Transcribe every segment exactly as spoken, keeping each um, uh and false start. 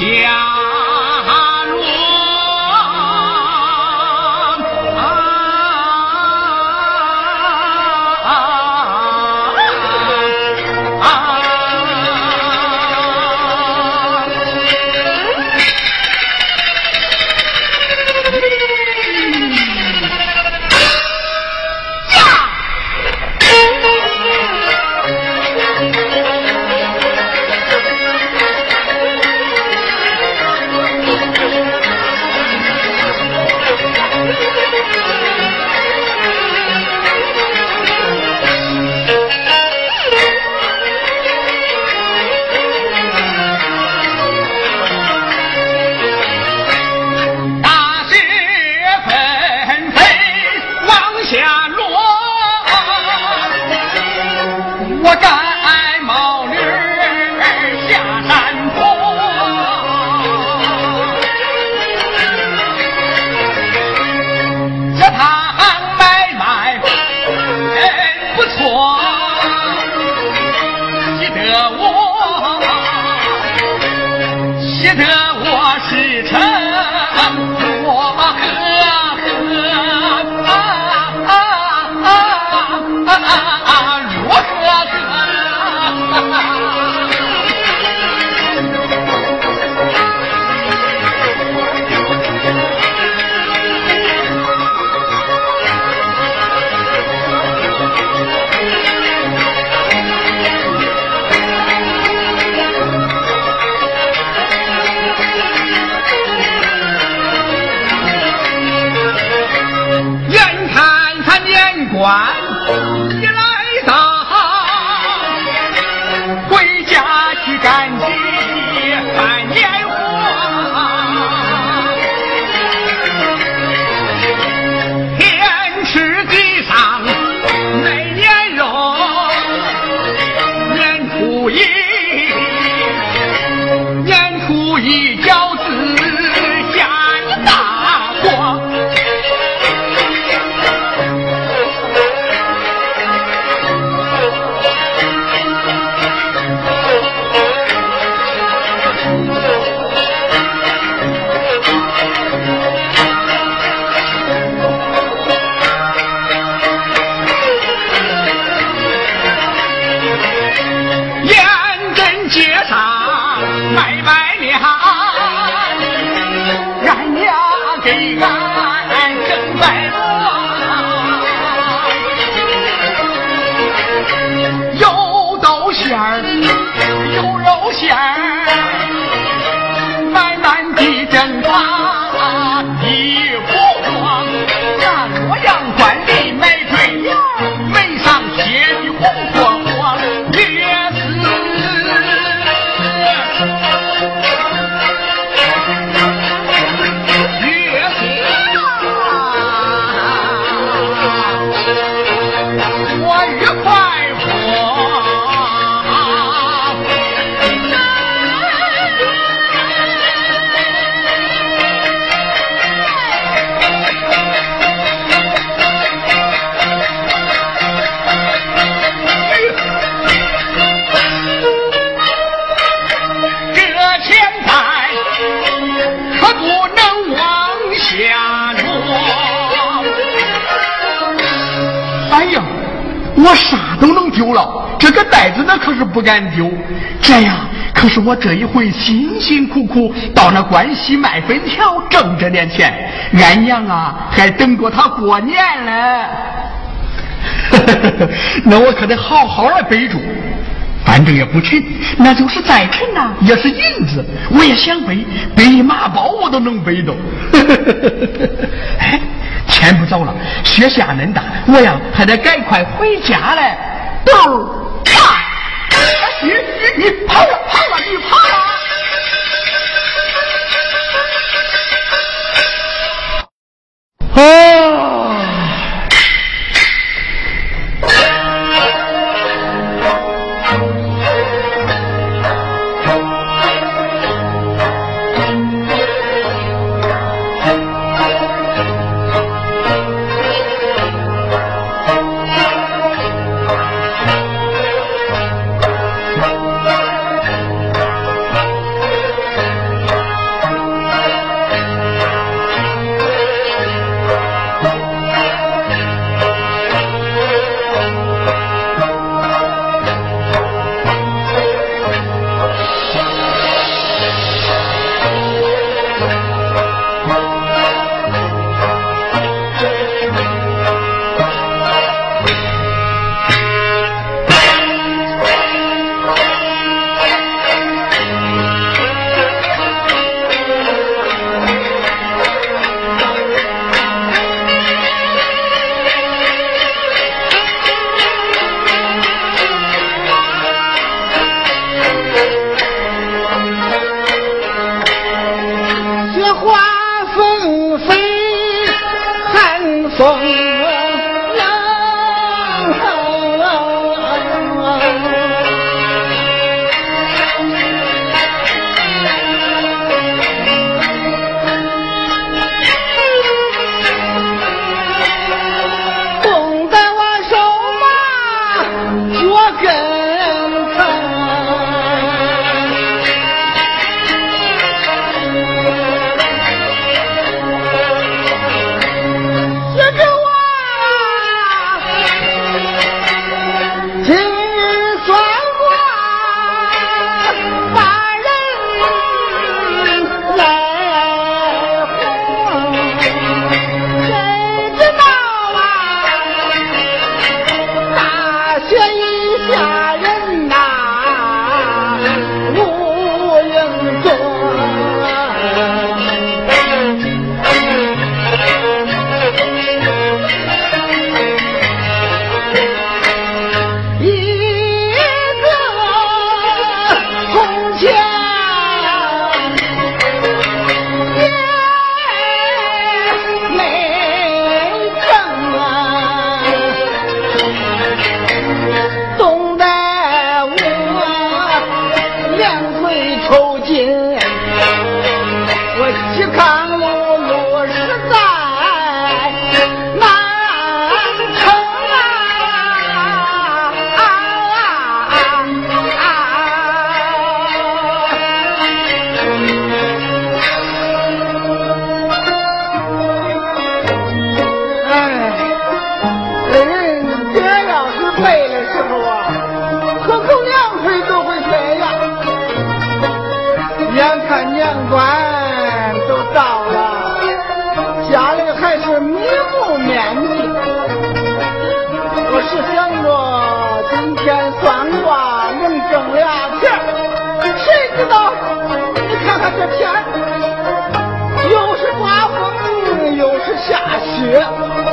我啥都能丢了，这个袋子呢可是不敢丢。这样，可是我这一回辛辛苦苦到那关西卖粉条挣这点钱，俺娘啊还等着他过年呢。那我可得好好的背住，反正也不沉，那就是再沉呐、啊、也是银子。我也想背，背一麻包我都能背到。哎，天不早了，雪下恁大，我呀还得赶快回家嘞。豆啪！你你你跑了跑了你跑了！啊！ 近，我西康路路实在难成啊！哎，人爹要是背的时候啊，喝口凉水都会飞呀。眼看年关都到了，家里还是迷糊面积。我是想着今天算卦能挣俩钱，谁知道你看看这天，又是刮风又是下雪。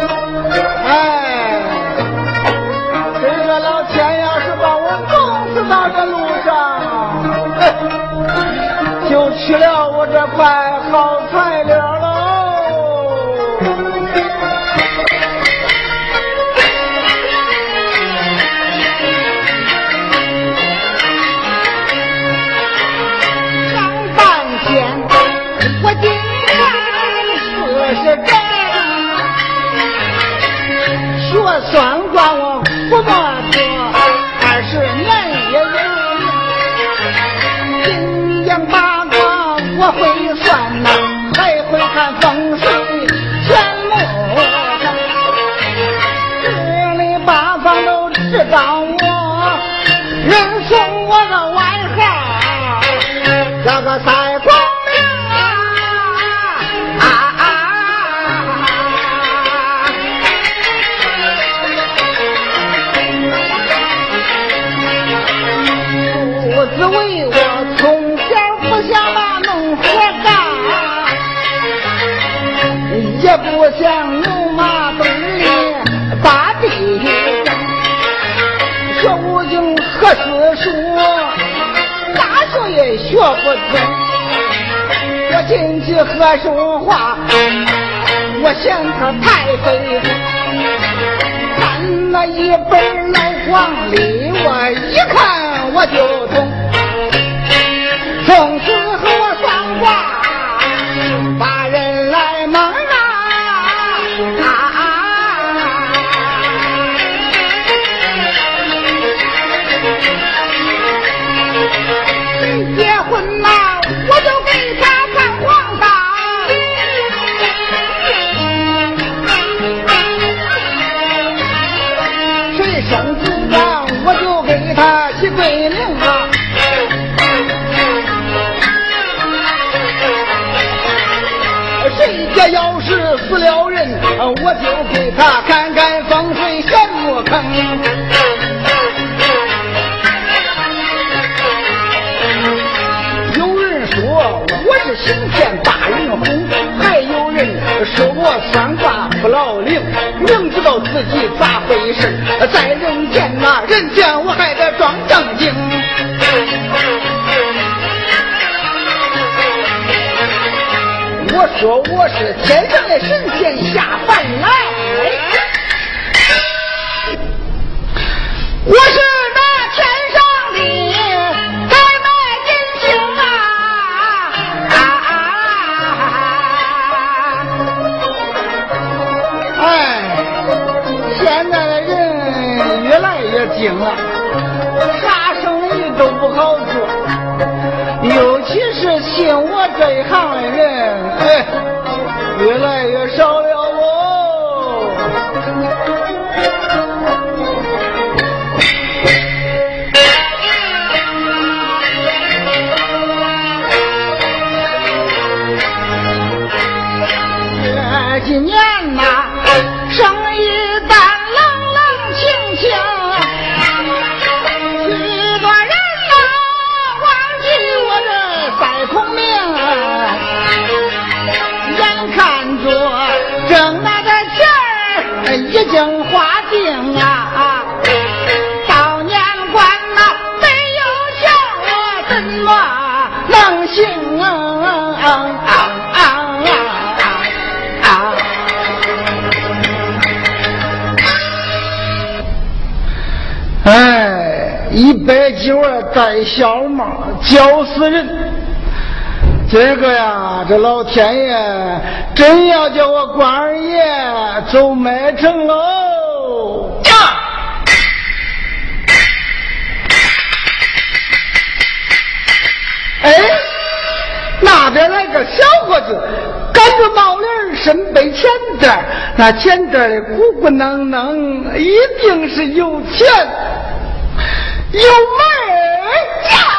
哎，这个老天要是把我冻死到这路上，哎，就去了我这块好材料喽。上半天我今天是是这学算卦我不摸着二十年也有，阴阳八卦我会算呐，还会看风水全目，十里八方都知道我，人送我个外号叫个赛光明啊！啊不自为我从小不想那弄活干，也不想牛马堆里把地干，学无经何思书，大学也学不通。我进去喝说话，我嫌他太费，看那一本老黄历，我一看我就懂。从此和我算卦，把人来蒙啊！谁结婚呐，我就给他看黄道；谁生子长，我就给他起对名啊！谁家要是死了人，我就给他看看风水玄木坑。有人说我是行骗大人红，还有人说我算卦不老灵，明知道自己咋回事，在人间呐，人见我还得装正经。我说我是天上的神仙下凡来，我是那天上的该卖金星啊！哎，现在的人越来越精了，啥生意都不好做，尤其是信我这一行的人，哎，越来越少了哦。这几年呐，生意淡，冷冷清清。挣那个钱儿已经花尽啊，到年关呐没有钱我怎么能行啊啊啊啊啊！哎，一百九带小帽，叫死人！ 这个呀，这老天爷真要叫我关二爷走麦城喽！ 呀！ 哎，那边来个小伙子，赶着帽帘，身背钱袋，那钱袋里鼓鼓囊囊，一定是有钱有门呀！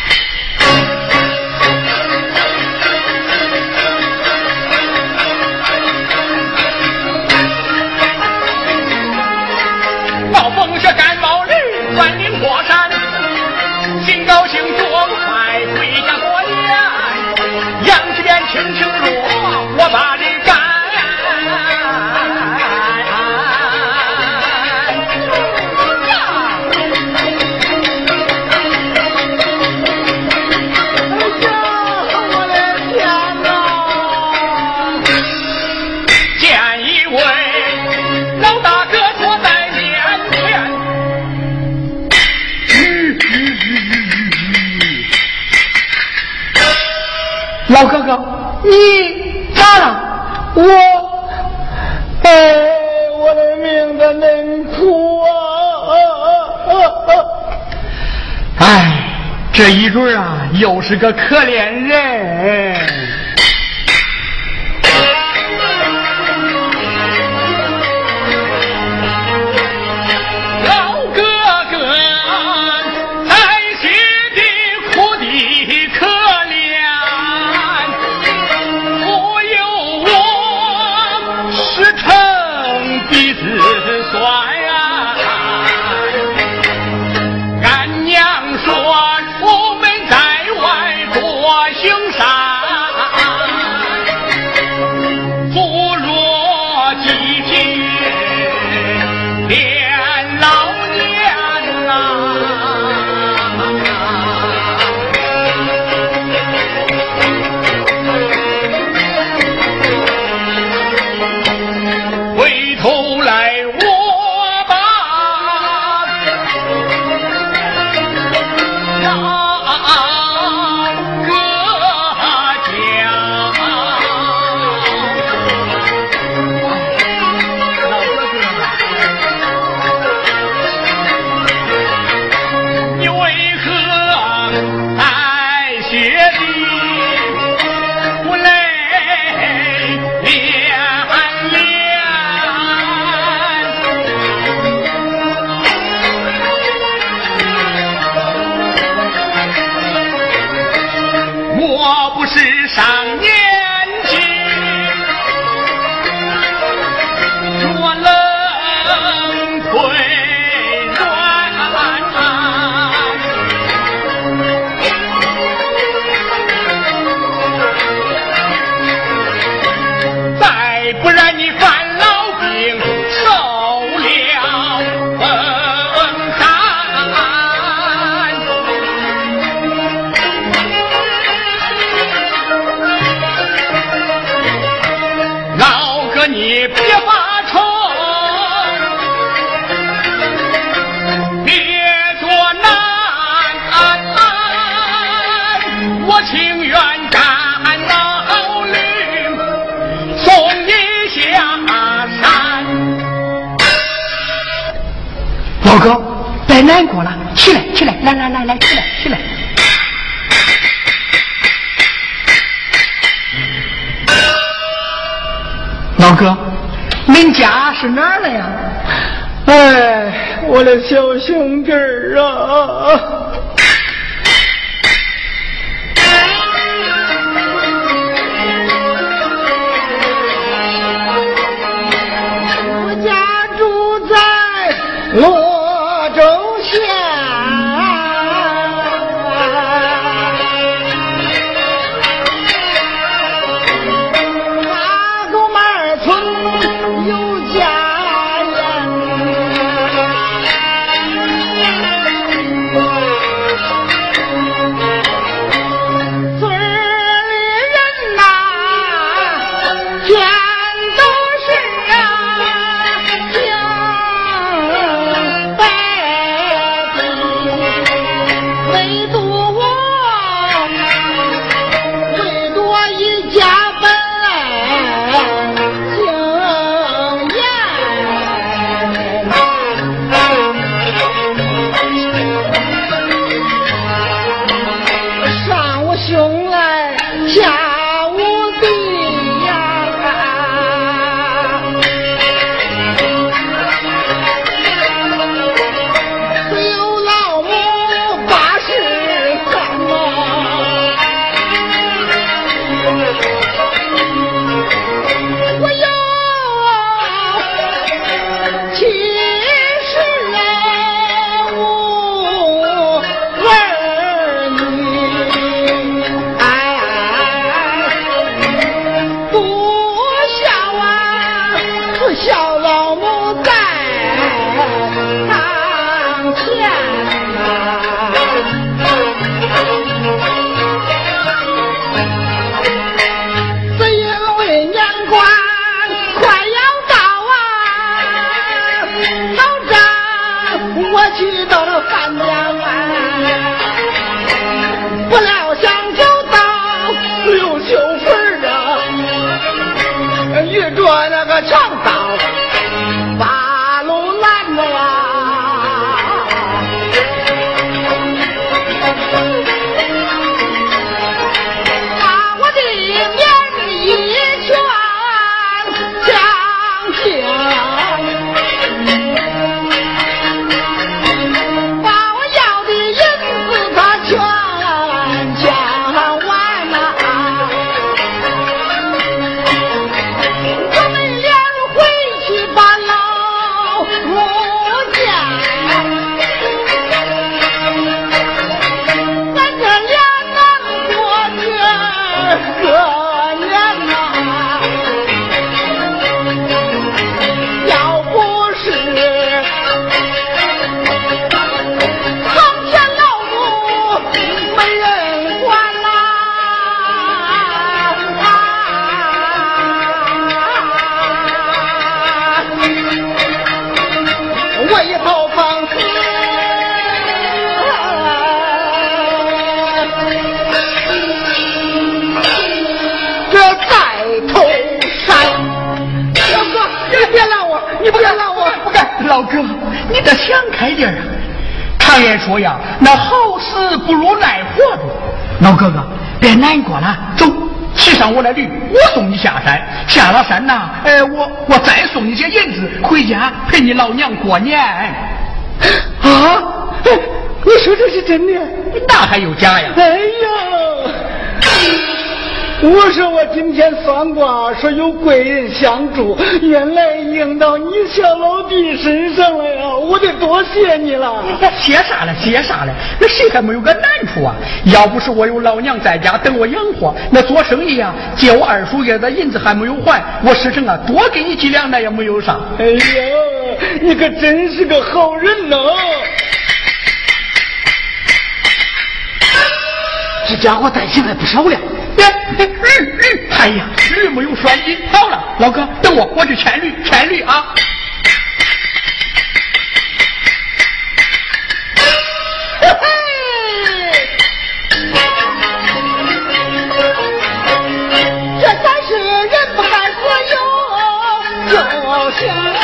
暴风雪赶帽驴，万里过山，心高兴多快，回家过年，杨这边轻轻落，我把你干。 老哥哥，你咋了？我，哎，我的命的恁苦啊！ 哎，这一准啊，又是个可怜人。老哥哥，在西的苦的可怜。是成鼻子酸啊！俺娘说出门在外多行善，不若积极恋老年啊！回头来我把老哥讲，你为何在雪地不泪涟涟？我不是上年纪，若冷腿软，再不然你犯老病，受了风寒。老哥你别发愁，别做难，我情愿干老驴送你下山。 老哥，别难过了，起来起来，来来来来，起来起来。 老哥， 恁家是哪儿的呀？哎，我的小兄弟儿啊！我家住在罗州县。 老哥，你得想开点啊！常言说呀，那好事不如赖活着。老哥哥，别难过了，走，骑上我的驴，我送你下山。下了山呐，哎，我我再送你些银子，回家陪你老娘过年。 啊？你说这是真的？ 那还有假呀？ 哎呀！我说我今天算卦说有贵人相助，原来应到你小老弟身上了呀！我得多谢你了。 谢啥了？谢啥了？那谁还没有个难处啊？要不是我有老娘在家等我养活，那做生意啊，借我二叔爷的银子还没有还，我师承啊多给你几两那也没有啥。 哎呀，你可真是个好人呐！这家伙带钱还不少了。 哎呀，驴没有拴紧，好了，老哥，等我，我去牵驴，牵驴啊！ 这才是人不该所有有想。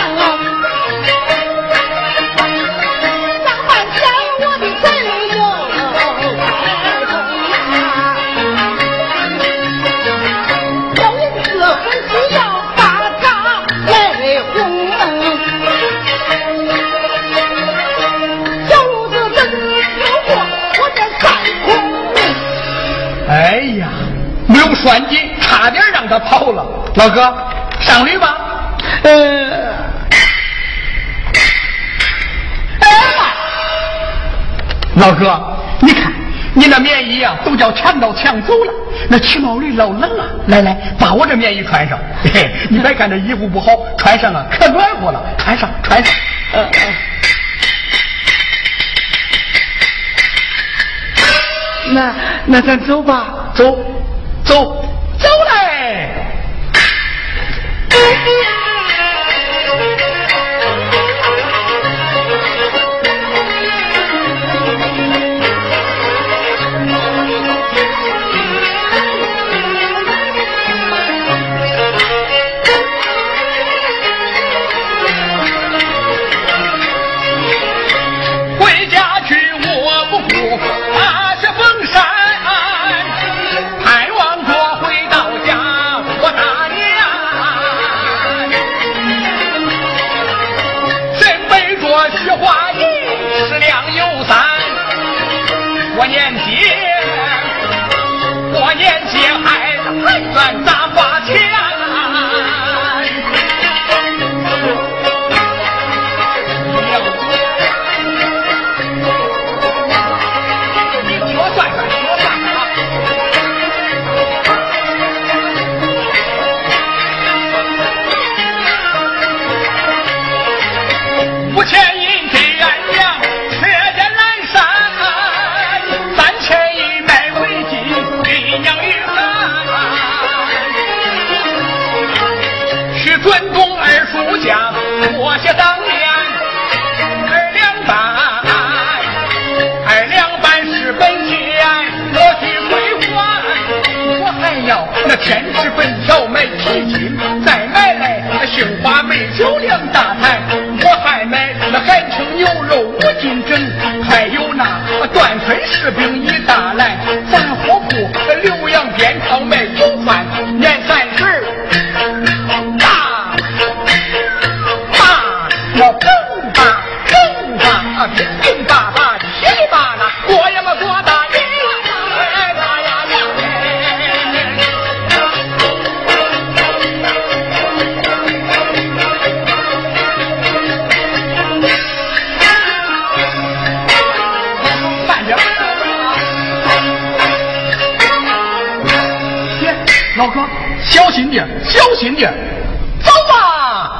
哎呀，没有拴紧，差点让他跑了。老哥，上驴吧。 呃， 哎呀，老哥，你看你那棉衣啊，都叫强盗抢走了。那骑毛驴老冷啊，来来，把我这棉衣穿上。嘿嘿，你别看这衣服不好，穿上啊可暖和了。穿上，穿上。呃呃那那咱走吧， 走，走，走嘞！回家去，我不顾。雪花一十两有三，我年节，我年节孩子还算咋花钱？你替我算算，替我算算啊！五千银。尊公二叔家，我下当年二两半，二两半是本钱，我去归还。我还要那天池粉条买七斤，再买来那杏花美酒两大坛，我还买那海清牛肉五斤整，还有那断村柿饼一大篮，杂货铺浏阳边上卖酒饭，年三十。我蹦吧蹦吧，乒乒叭叭，噼里啪啦，过呀嘛过大年呀，大呀呀！慢点，别，老哥，小心点，小心点，走吧。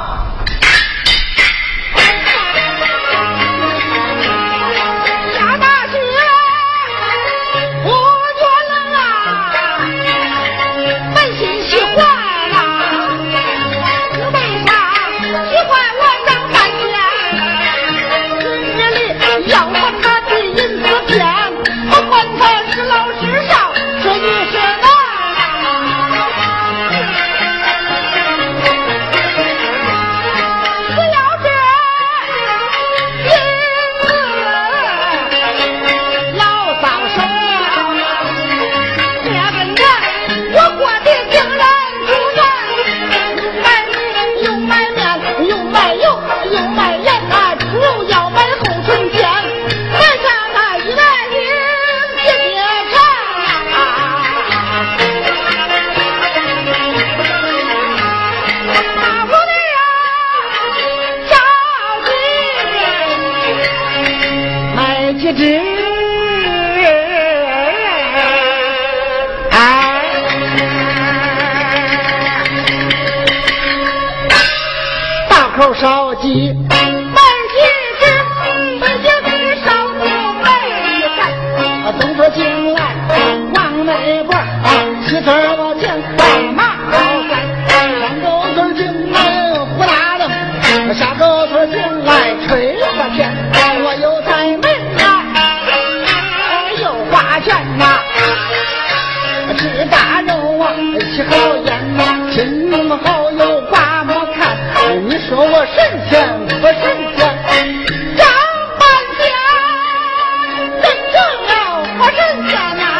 口烧鸡， 满几只，满几只烧猪背， 东侧进来往内边，西侧我进来马好干，上沟村进来呼啦楞，下沟村进来吹个天，我有财门呐，有花钱呐，吃大肉啊，吃好烟呐，亲们好友刮目看，你说我神仙不神仙？ 张半天真正要不神仙呐！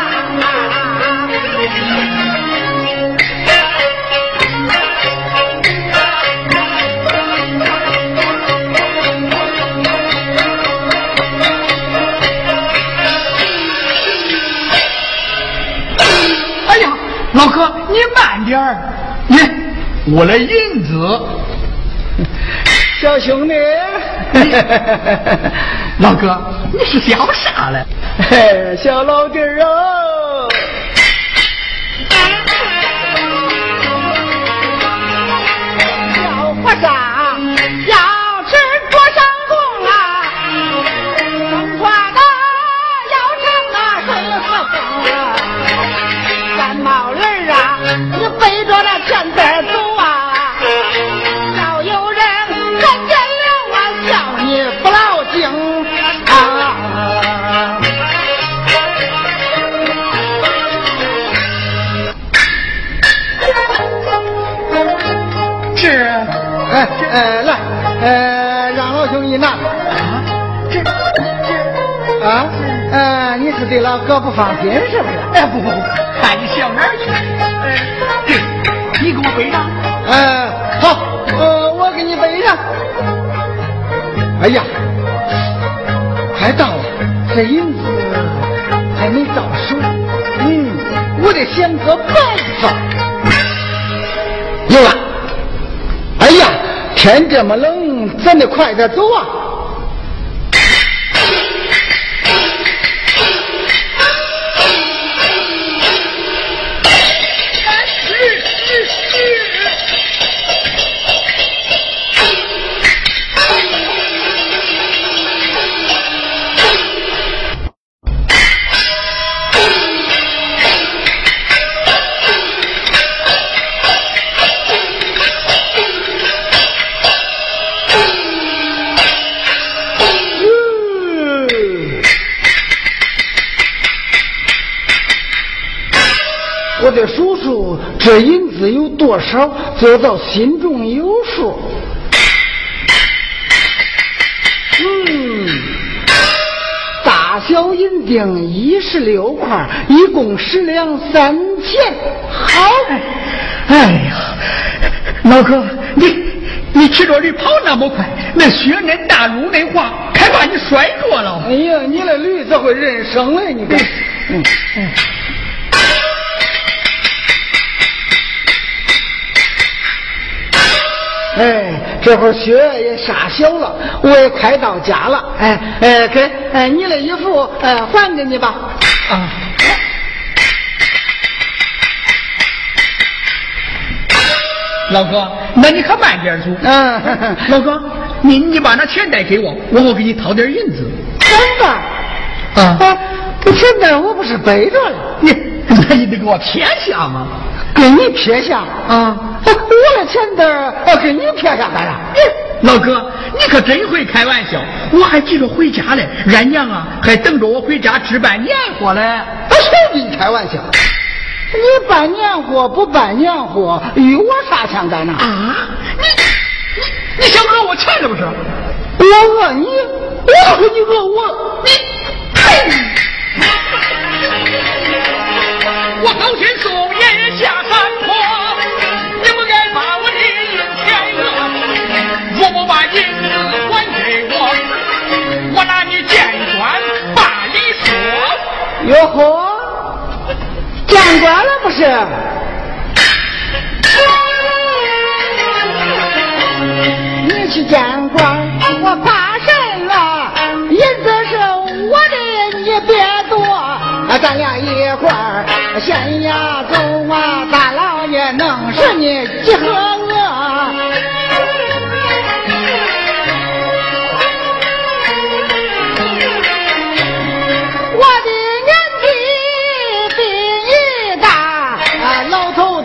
哎呀，老哥，你慢点儿，你我来银子。 小兄弟， 老哥，你是想啥嘞？ 嘿，小老弟儿哦， 小和尚要吃桌上供啊，生花的要成那水和风啊，感冒人啊，你背着那钱袋走啊，少有人看见了啊，笑你不老精啊。 是， 哎哎，来，呃，让老兄一拿。 啊，这这啊，呃，你是对老哥不放心是不是？ 哎不不不，看你想哪儿去？哎，对，你给我背上。 呃，好，呃，我给你背上。哎呀，快到了，这银子还没到手，嗯，我得想个办法。有了，哎呀，天这么冷，咱得快点走啊！我得数数这银子有多少，做到心中有数。嗯，大小银锭一十六块，一共十两三钱。好， 哎呀，老哥，你你骑着驴跑那么快，那血嫩大乳嫩滑，开把你摔着了。 哎呀，你那驴咋会人生嘞？你看，嗯嗯。哎，这会儿雪也下小了，我也快到家了。哎哎，给哎你的衣服呃还给你吧。 啊，老哥，那你可慢点走。 嗯，呵呵老哥，你你把那钱袋给我，我我给你掏点银子。 钱袋啊， 哎，这钱袋我不是背着了， 你那你得给我撇下吗？ 给你撇下啊。 我的钱袋要给你撇下干啥？ 老哥，你可真会开玩笑！我还急着回家嘞，俺娘啊还等着我回家置办年货嘞。 我谁跟你开玩笑？你办年货不办年货，与我啥相干呢？ 啊！你你你想讹我钱是不是？ 我讹你？我说你讹我？ 你嘿！我高天送爷下山坡。我不把银子还给我，我拿你见官把理说。 哟呵，见官了不是？你去见官，我怕什么？银子是我的，你别多。咱俩一块儿县衙走啊，大老爷能使你几和我。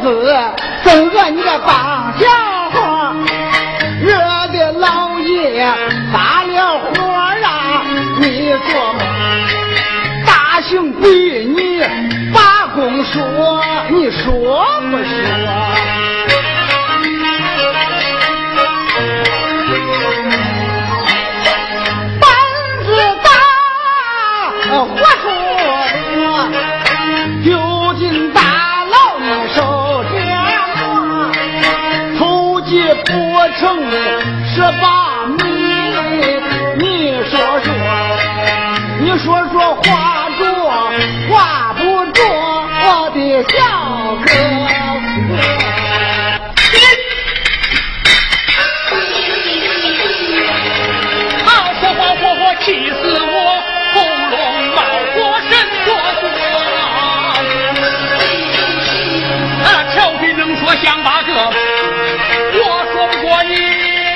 子，怎个你个棒小伙，惹得老爷发了火啊！你做梦，大刑逼你把公说，你说不说？活说的丢进大牢你受折磨，筹集不成十八米，你说说，你说说画着画不着我的小哥哥。 好火火火火气死我，喉咙冒火神作光，啊，朝廷能说乡巴个，我说不过你。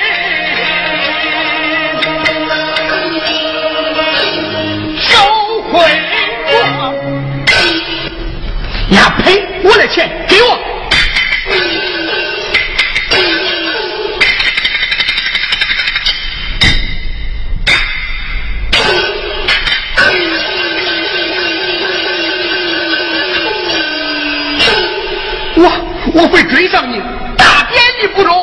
收回我！呀呸！我的钱给我！我我会追上你，大便你不中。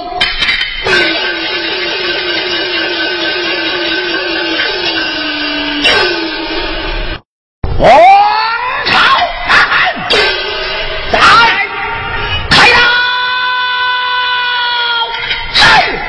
王朝汉，在开刀！是。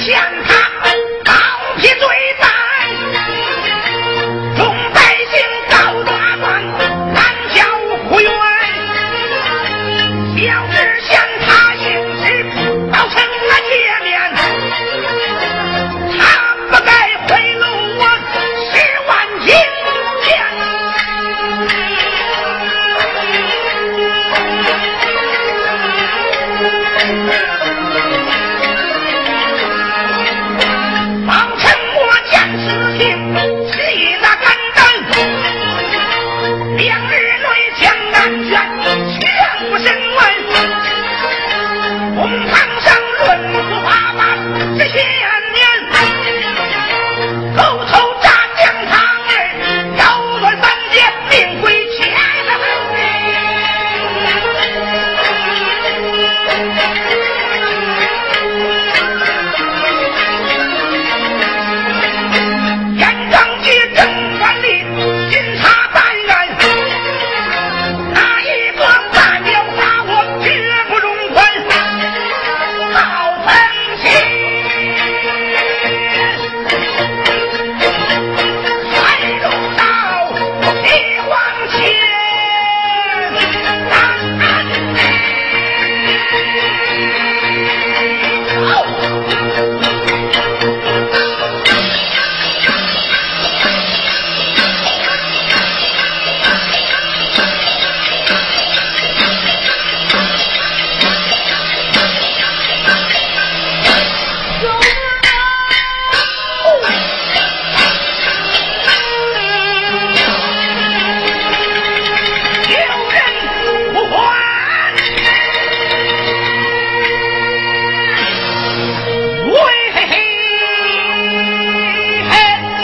向他高批罪犯，众百姓告抓官，狼叫呼冤，小事向他行事造成了界面，他不该贿赂我十万金钱。王成我见事情是一大肝胆，两日内将安全全部审问，公堂上论诉花法这些年，狗头炸酱汤儿腰断三截命归钱。严正局正管理巡查办案，哪一个犯了法我绝不容宽。好风气还入到一往前，有人不还，喂嘿嘿嘿，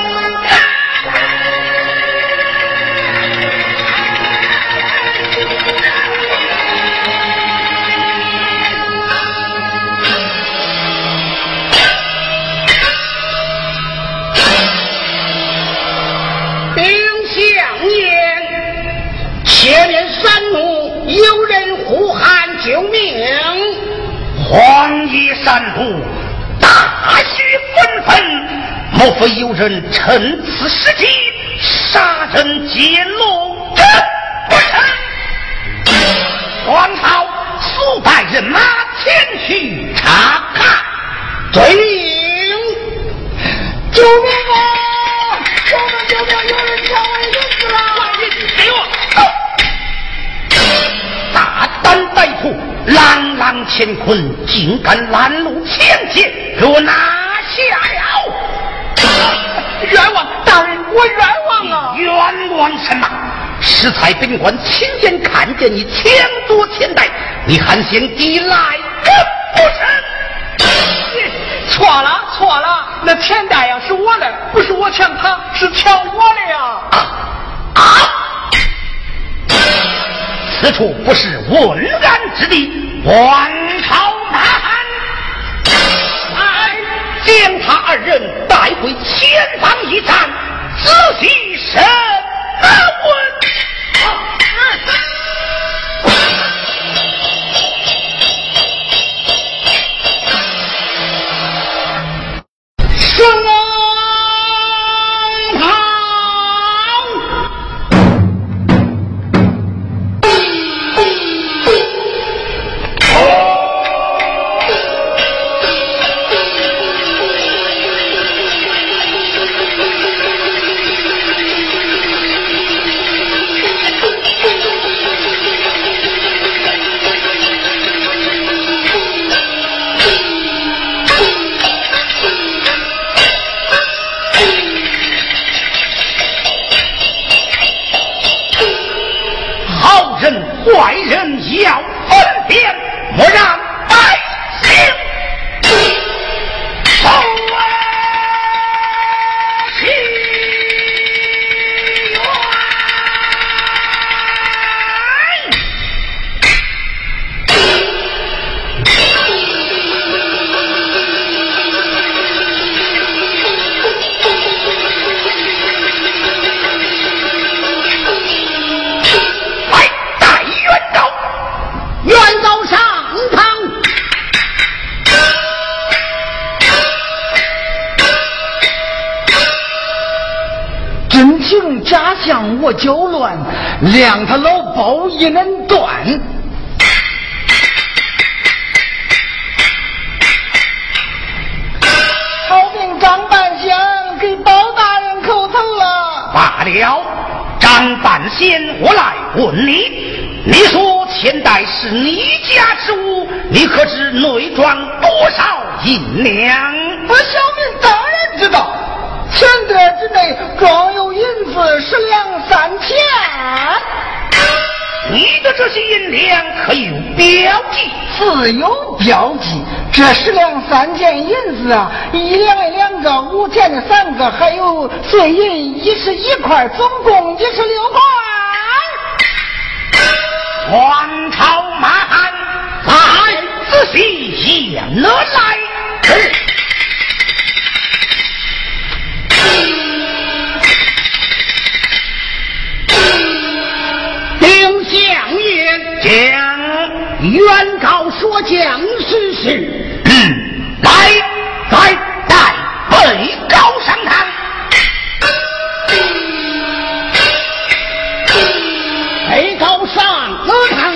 丁香言，前面山路有人呼喊救命， 荒野山路大雪纷纷，莫非有人趁此时机杀人劫掠这不成？王朝速派人马前去查看。 遵命。救命啊！救命！救命！有人抢我的人子了！ 给我！大胆歹徒，朗朗乾坤，竟敢拦路抢劫，给我拿下了！ 冤枉！大人，我冤枉啊！ 冤枉什么？石彩宾馆亲眼看见你抢夺钱袋，你还嫌抵赖个不成？ 错了，错了，那钱袋呀是我的，不是我抢他，是抢我的呀！ 啊！此处不是问案之地，王朝大汉，来将他二人带回前方一站，仔细审问。 什么？ 等假向我搅乱，谅他老包一人断。好命张半仙给包大人叩头了。 罢了，张半仙，我来问你。你说钱袋是你家之物，你可知内装多少银两？ 我小民当然知道，钱袋之内装有银子十两三钱。 你的这些银两可有标记？ 自有标记。这十两三件银子啊，一两的两个，五钱的三个，还有碎银一十一块，总共一十六块。 皇朝马汉，来，仔细验了来。 丁相爷将原告所讲实事。 嗯，来，再带被告上堂。 被告上了堂。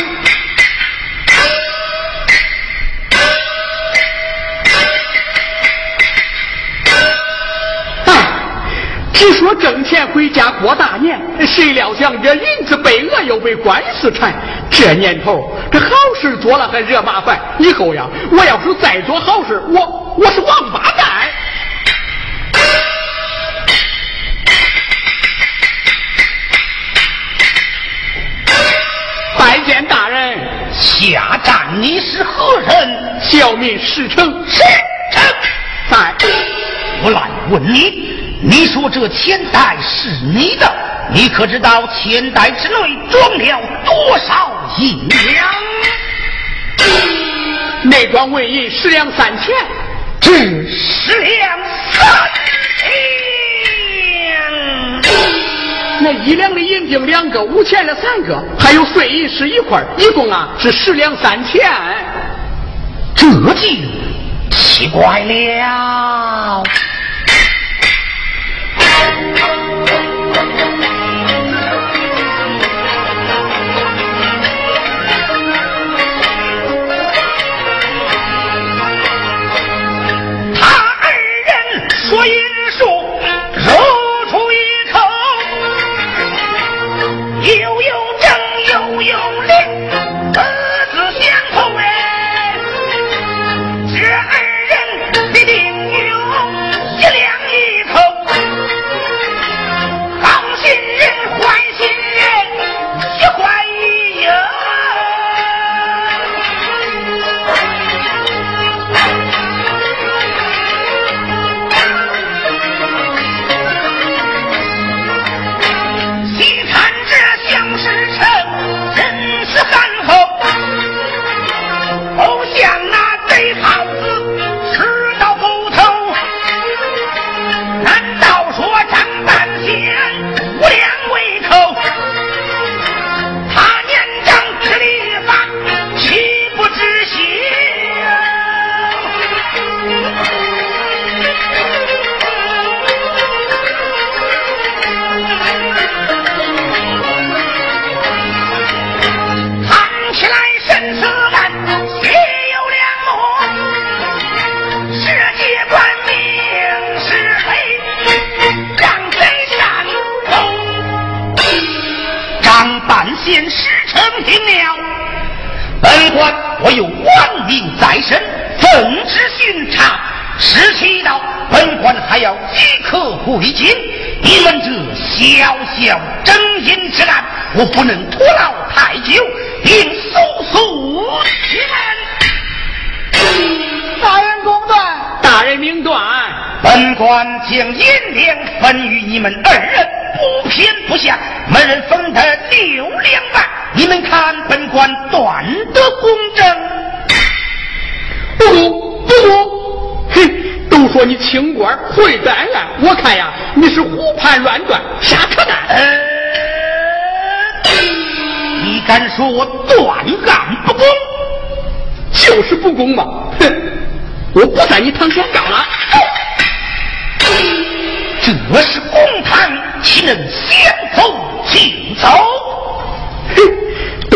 只说挣钱回家过大年，谁料想这银子被讹又被官司缠，这年头这好事做了还惹麻烦，以后呀，我要是再做好事，我我是王八蛋。拜见大人。 下站你是何人？ 小民石城。 石城。 在。 我来问你。你说这钱袋是你的，你可知道钱袋之内装了多少银两？ 内装纹银十两三钱。 这十两三钱。 那一两的银锭两个，五钱的三个，还有碎银十一块，一共啊是十两三钱。 这就奇怪了。说银数如出一口，又有正又有理，各自相同哎。这二人必定有一两一口，好心人坏心人一怀一有。见事成定了，本官我有王命在身，奉旨巡查。时期到，本官还要即刻回京。你们这小小争银之案，我不能拖劳太久，应速速去问。 大人公断， 大人明断。 本官将银两分与你们二人，不偏不向，每人分得六两半。你们看本官断得公正？ 不不不，哼！都说你清官会办案，我看呀，你是胡判乱断，瞎扯淡。 呃，你敢说我断案不公？ 就是不公嘛！哼！我不在你堂前告了。 这是公堂，岂能相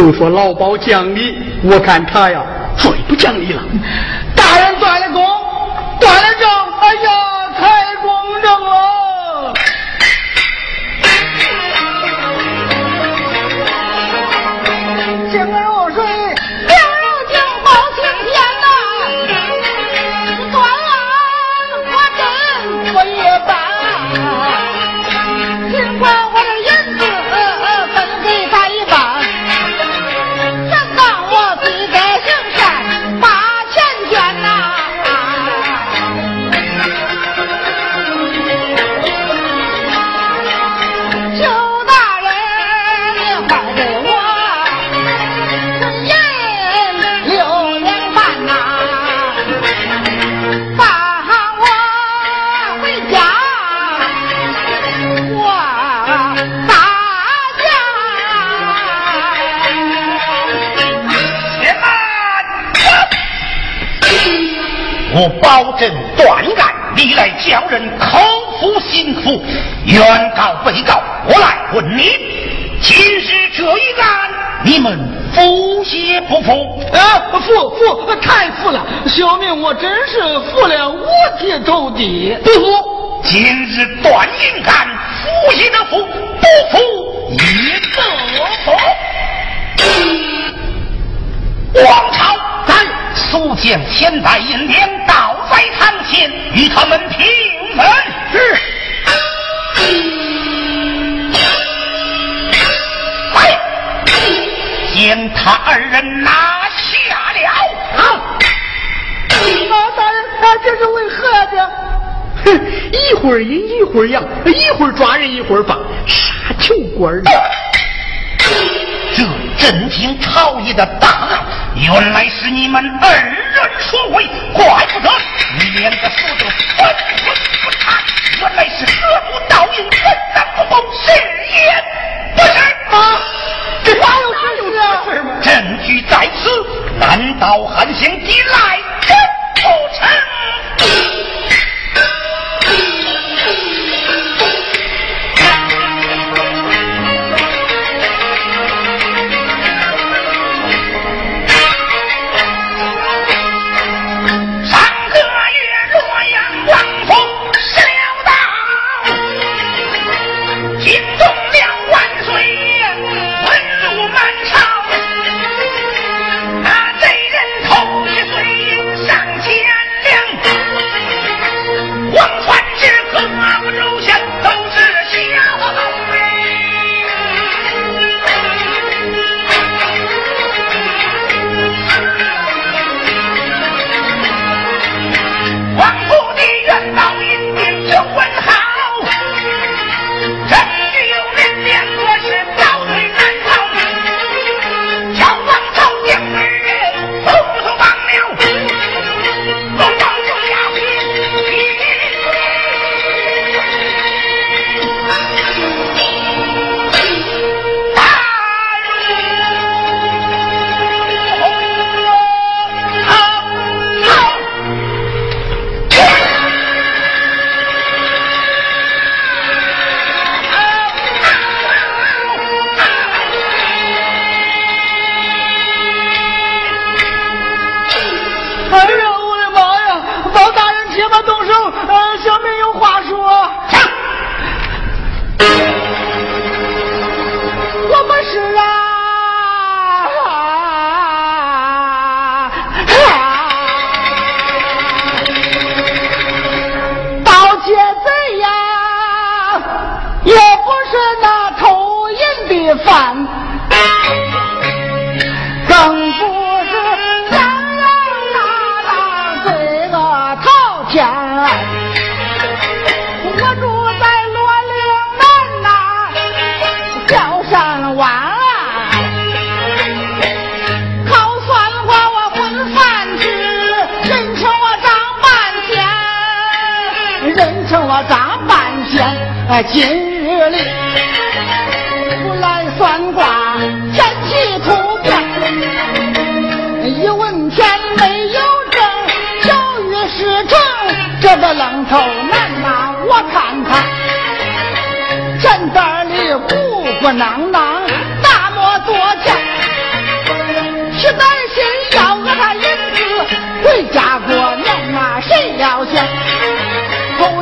就说老鸨讲理，我看他呀最不讲理了。 大人断了功，断了正，哎呀，太公正了。今儿我睡， 明日惊报青天呐，断了我真不一般。尽管我的银子分给他一半，真当我罪该行善把钱捐呐。求大人快给我银六两半呐，放我回家，我大家。 且慢！我保证断案，你来叫人口服心服，原告被告，我来问你，今日这一案，你们服些不服？ 啊，服服，太服了！小命我真是服了五体投地。 不服，今日断银案，服也得服，不服也得服。王朝在速将千百银两倒在堂前，与他们平分。是。来，将他二人拿下了。 啊！啊，大人，啊，这是为何的？ 哼，一会儿阴一会儿阳，一会儿抓人一会儿放，杀球官儿。 这震惊朝野的大案，原来是你们二人所为，怪不得你两个说的分文不差，原来是合不到应，分难不公，是也不是啊？这哪有这事啊？ 证据在此，难道还想抵赖真不成？ 饭，更不是让人拿到这个头天。我住在罗岭南呐，焦山湾，靠算话我混饭吃，人称我张半仙，人称我张半仙，今日里。算卦天气突变，一问天没有证，小雨是成，这个愣头男呐，我看他站袋里鼓鼓囊囊，大漠多见，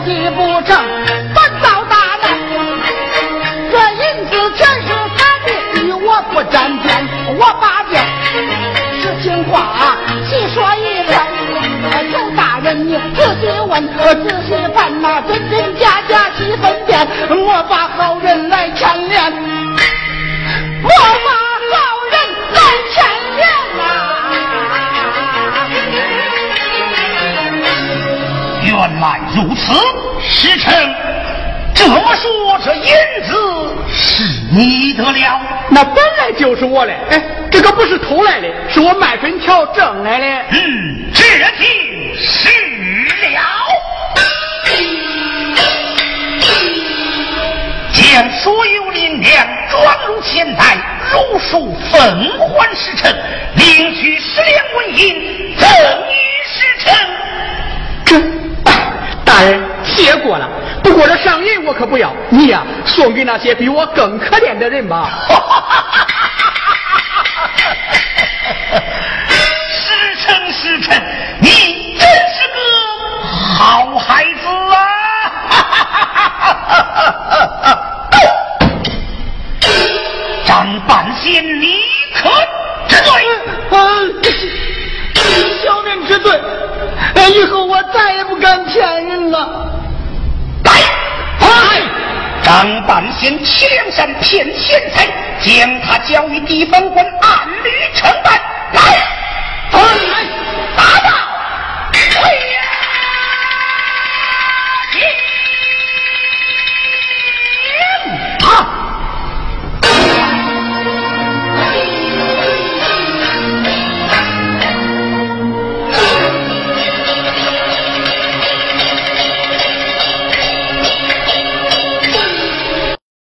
己不正，反遭大难。这银子全是他的，与我不沾边，我把这实情话细说一遍。求大人你仔细问，仔细判那真真假假细分辨，我把好人来牵连，我把好人来牵连啊！ 原来如此，师承，这么说这银子是你的了？ 那本来就是我的，哎，这个不是偷来的，是我卖粉条挣来的。 嗯，这听是了。将所有银两装入钱袋，如数奉还时辰，领取十两纹银赠与时辰。 这，大人谢过了。不过这上银我可不要，你呀、啊、送给那些比我更可怜的人吧。 时辰时辰，你真是个好孩子啊！张半仙，你可知罪？ 啊，小人知罪，以后我再也不敢骗人了。 来，张半仙欺良善骗钱财，将他交于地方官按律